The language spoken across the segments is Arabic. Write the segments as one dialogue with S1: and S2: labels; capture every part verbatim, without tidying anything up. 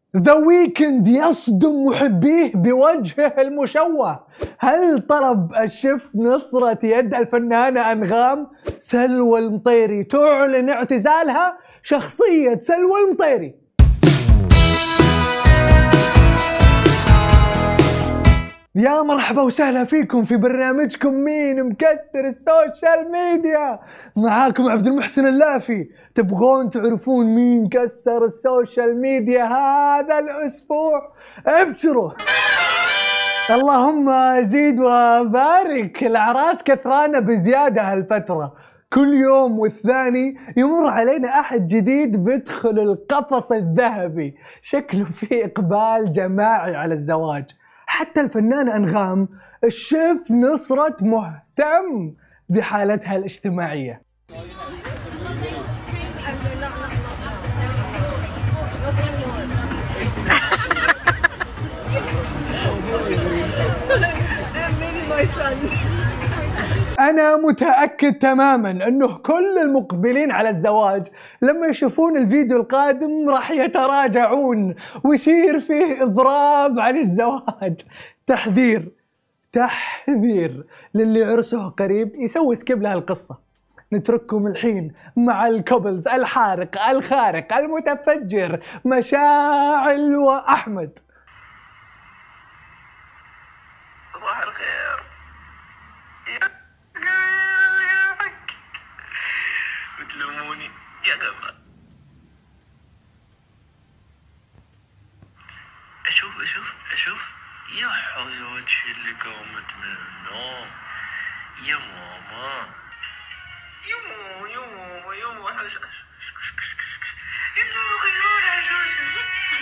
S1: ذا ويكند يصدم محبيه بوجهه المشوه. هل طلب الشيف نصرة يد الفنانة أنغام؟ سلوى المطيري تعلن اعتزالها شخصية سلوى المطيري. يا مرحبا وسهلا فيكم في برنامجكم مين مكسر السوشيال ميديا. معاكم عبد المحسن اللافي. تبغون تعرفون مين كسر السوشيال ميديا هذا الأسبوع؟ ابشروا. اللهم زيد وبارك. الأعراس كثرانة بزيادة هالفترة، كل يوم والثاني يمر علينا أحد جديد بيدخل القفص الذهبي، شكله فيه إقبال جماعي على الزواج. حتى الفنانة أنغام الشيف نصرة مهتم بحالتها الاجتماعية. أنا متأكد تماماً أنه كل المقبلين على الزواج لما يشوفون الفيديو القادم راح يتراجعون ويصير فيه إضراب عن الزواج. تحذير تحذير للي عرسه قريب يسوي سكيب لهالقصة. نترككم الحين مع الكوبلز الحارق الخارق المتفجر مشاعل وأحمد.
S2: صباح الخير وتلوموني يا جماعة. أشوف أشوف أشوف يا حياتي اللي قامت من النوم. يا ماما يا ماما يا ماما يا ماما انتوا صغيرون حشوشة.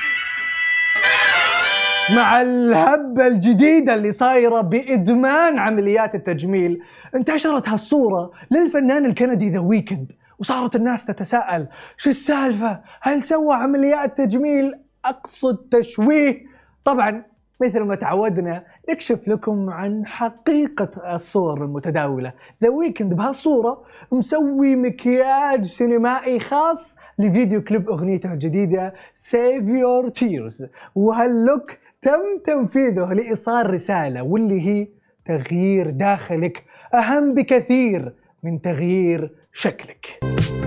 S1: مع الهبة الجديدة اللي صايرة بإدمان عمليات التجميل، انتشرت هالصورة للفنان الكندي ذا ويكند، وصارت الناس تتساءل شو السالفة؟ هل سوى عمليات تجميل؟ أقصد تشويه. طبعا مثل ما تعودنا نكشف لكم عن حقيقة الصور المتداولة. ذا ويكند بهالصورة مسوي مكياج سينمائي خاص لفيديو كليب أغنيته الجديدة Save Your Tears، وهاللوك تم تنفيذه لإيصال رسالة، واللي هي تغيير داخلك أهم بكثير من تغيير شكلك.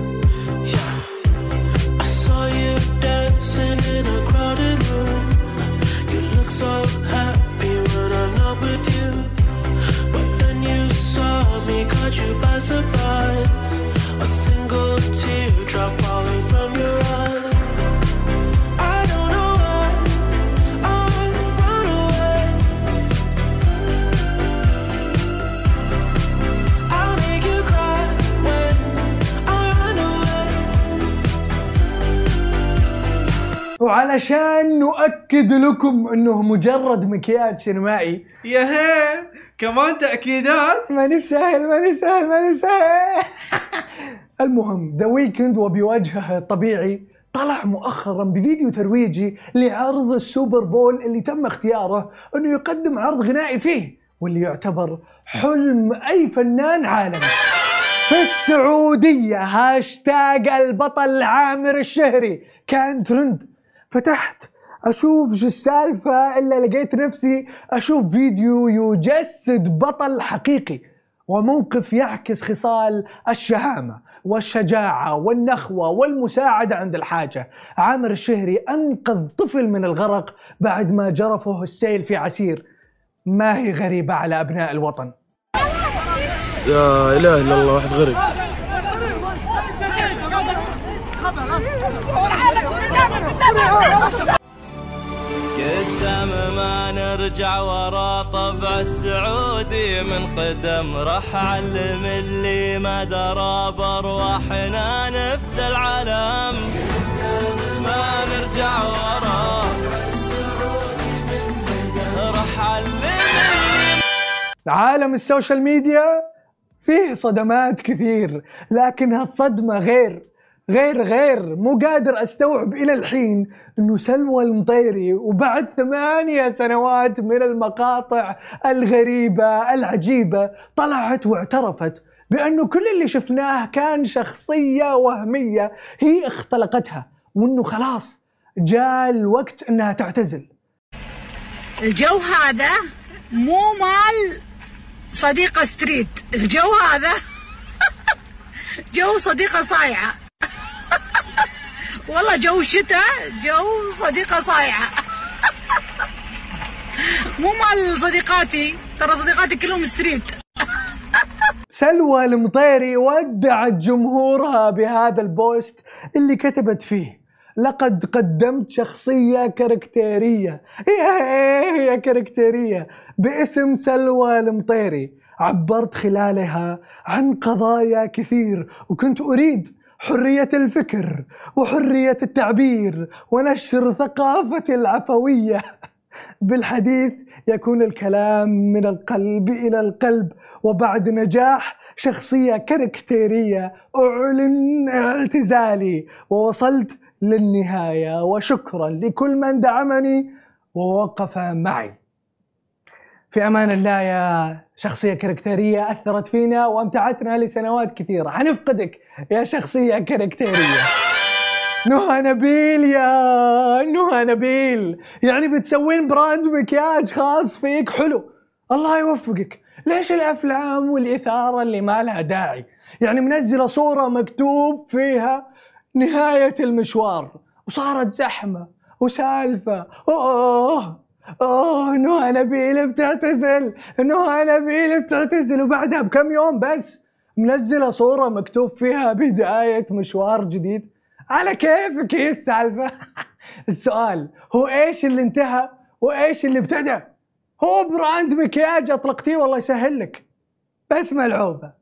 S1: وعلشان نؤكد لكم انه مجرد مكياج سينمائي،
S3: يا هين كمان تأكيدات.
S1: ماني بسهل ماني بسهل ماني بسهل. المهم ذا ويكند وبوجهه الطبيعي طلع مؤخرا بفيديو ترويجي لعرض السوبر بول اللي تم اختياره انه يقدم عرض غنائي فيه، واللي يعتبر حلم اي فنان عالمي. في السعودية هاشتاج البطل عامر الشهري كان ترند. فتحت أشوف شو السالفة، إلا لقيت نفسي أشوف فيديو يجسد بطل حقيقي وموقف يعكس خصال الشهامة والشجاعة والنخوة والمساعدة عند الحاجة. عامر الشهري أنقذ طفل من الغرق بعد ما جرفه السيل في عسير. ما هي غريبة على أبناء الوطن.
S3: يا إله إلا الله، واحد غريب.
S4: قدام ما نرجع ورا طبع السعودي من قدم، راح علم اللي ما درى بارواحنا نفدى العالم. قدام ما نرجع ورا السعودي من قدم، راح علم اللي.
S1: عالم السوشيال ميديا فيه صدمات كثير، لكن هالصدمة غير غير غير مو قادر استوعب الى الحين انه سلوى المطيري وبعد ثمانية سنوات من المقاطع الغريبة العجيبة طلعت واعترفت بانه كل اللي شفناه كان شخصية وهمية هي اختلقتها، وانه خلاص جاء الوقت انها تعتزل.
S5: الجو هذا مو مال صديقة ستريت، الجو هذا جو صديقة صايعة. والله جو شتاء، جو صديقة صايعة. مو مال صديقاتي، ترى صديقاتي كلهم ستريت.
S1: سلوى المطيري ودعت جمهورها بهذا البوست اللي كتبت فيه: لقد قدمت شخصية كاركتيرية، ايه هي كاركتيرية، باسم سلوى المطيري. عبرت خلالها عن قضايا كثير، وكنت أريد حرية الفكر وحرية التعبير ونشر ثقافتي العفوية. بالحديث يكون الكلام من القلب إلى القلب، وبعد نجاح شخصية كاركتيرية أعلن اعتزالي ووصلت للنهاية، وشكرا لكل من دعمني ووقف معي. في أمان الله يا شخصية كاركتيرية أثرت فينا وأمتعتنا لسنوات كثيرة. حنفقدك يا شخصية كاركتيرية. نهى نبيل، يا نهى نبيل، يعني بتسوين براند مكياج خاص فيك؟ حلو، الله يوفقك. ليش الأفلام والإثارة اللي ما لها داعي؟ يعني منزلة صورة مكتوب فيها نهاية المشوار وصارت زحمة وسالفة. أوه أوه نهى نبيل بتعتزل، نهى نبيل بتعتزل، وبعدها بكم يوم بس منزلة صورة مكتوب فيها بداية مشوار جديد. على كيفك هي السالفة. السؤال هو ايش اللي انتهى وايش اللي ابتدى؟ هو براند مكياج اطلقتيه والله يسهل لك، بس ملعوبة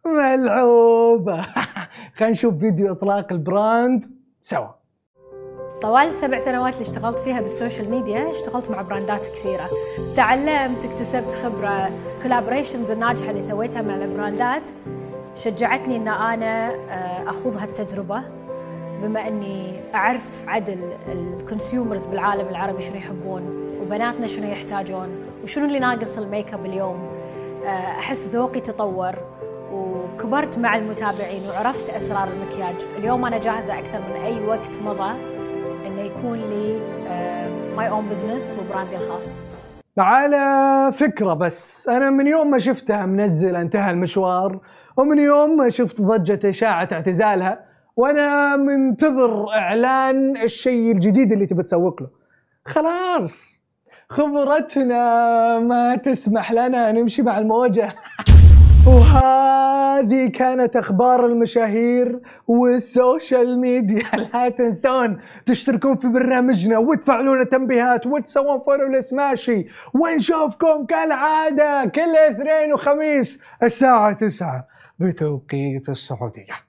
S1: ملعوبة. خلينا نشوف فيديو اطلاق البراند سوا.
S6: طوال السبع سنوات اللي اشتغلت فيها بالسوشيال ميديا اشتغلت مع براندات كثيرة، تعلمت، اكتسبت خبرة. كولابوريشنز الناجحة اللي سويتها مع البراندات شجعتني ان انا اخوض هالتجربة، بما اني اعرف عدل الكونسيومرز بالعالم العربي شنو يحبون وبناتنا شنو يحتاجون وشنو اللي ناقص الميك اب اليوم. احس ذوقي تطور وكبرت مع المتابعين وعرفت اسرار المكياج. اليوم انا جاهزة اكثر من اي وقت مضى انه يكون لي ماي اون بزنس وبراندي الخاص.
S1: على فكرة بس انا من يوم ما شفتها منزلة انتهى المشوار، ومن يوم ما شفت ضجة اشاعة اعتزالها، وانا منتظر اعلان الشيء الجديد اللي تبي تسوق له. خلاص خبرتنا ما تسمح لنا نمشي مع الموجة. وهذه كانت اخبار المشاهير والسوشيال ميديا. لا تنسون تشتركون في برنامجنا وتفعلون تنبيهات وتسوون فولو لسماشي، ونشوفكم كالعادة كل اثنين وخميس الساعة تسعة بتوقيت السعودية.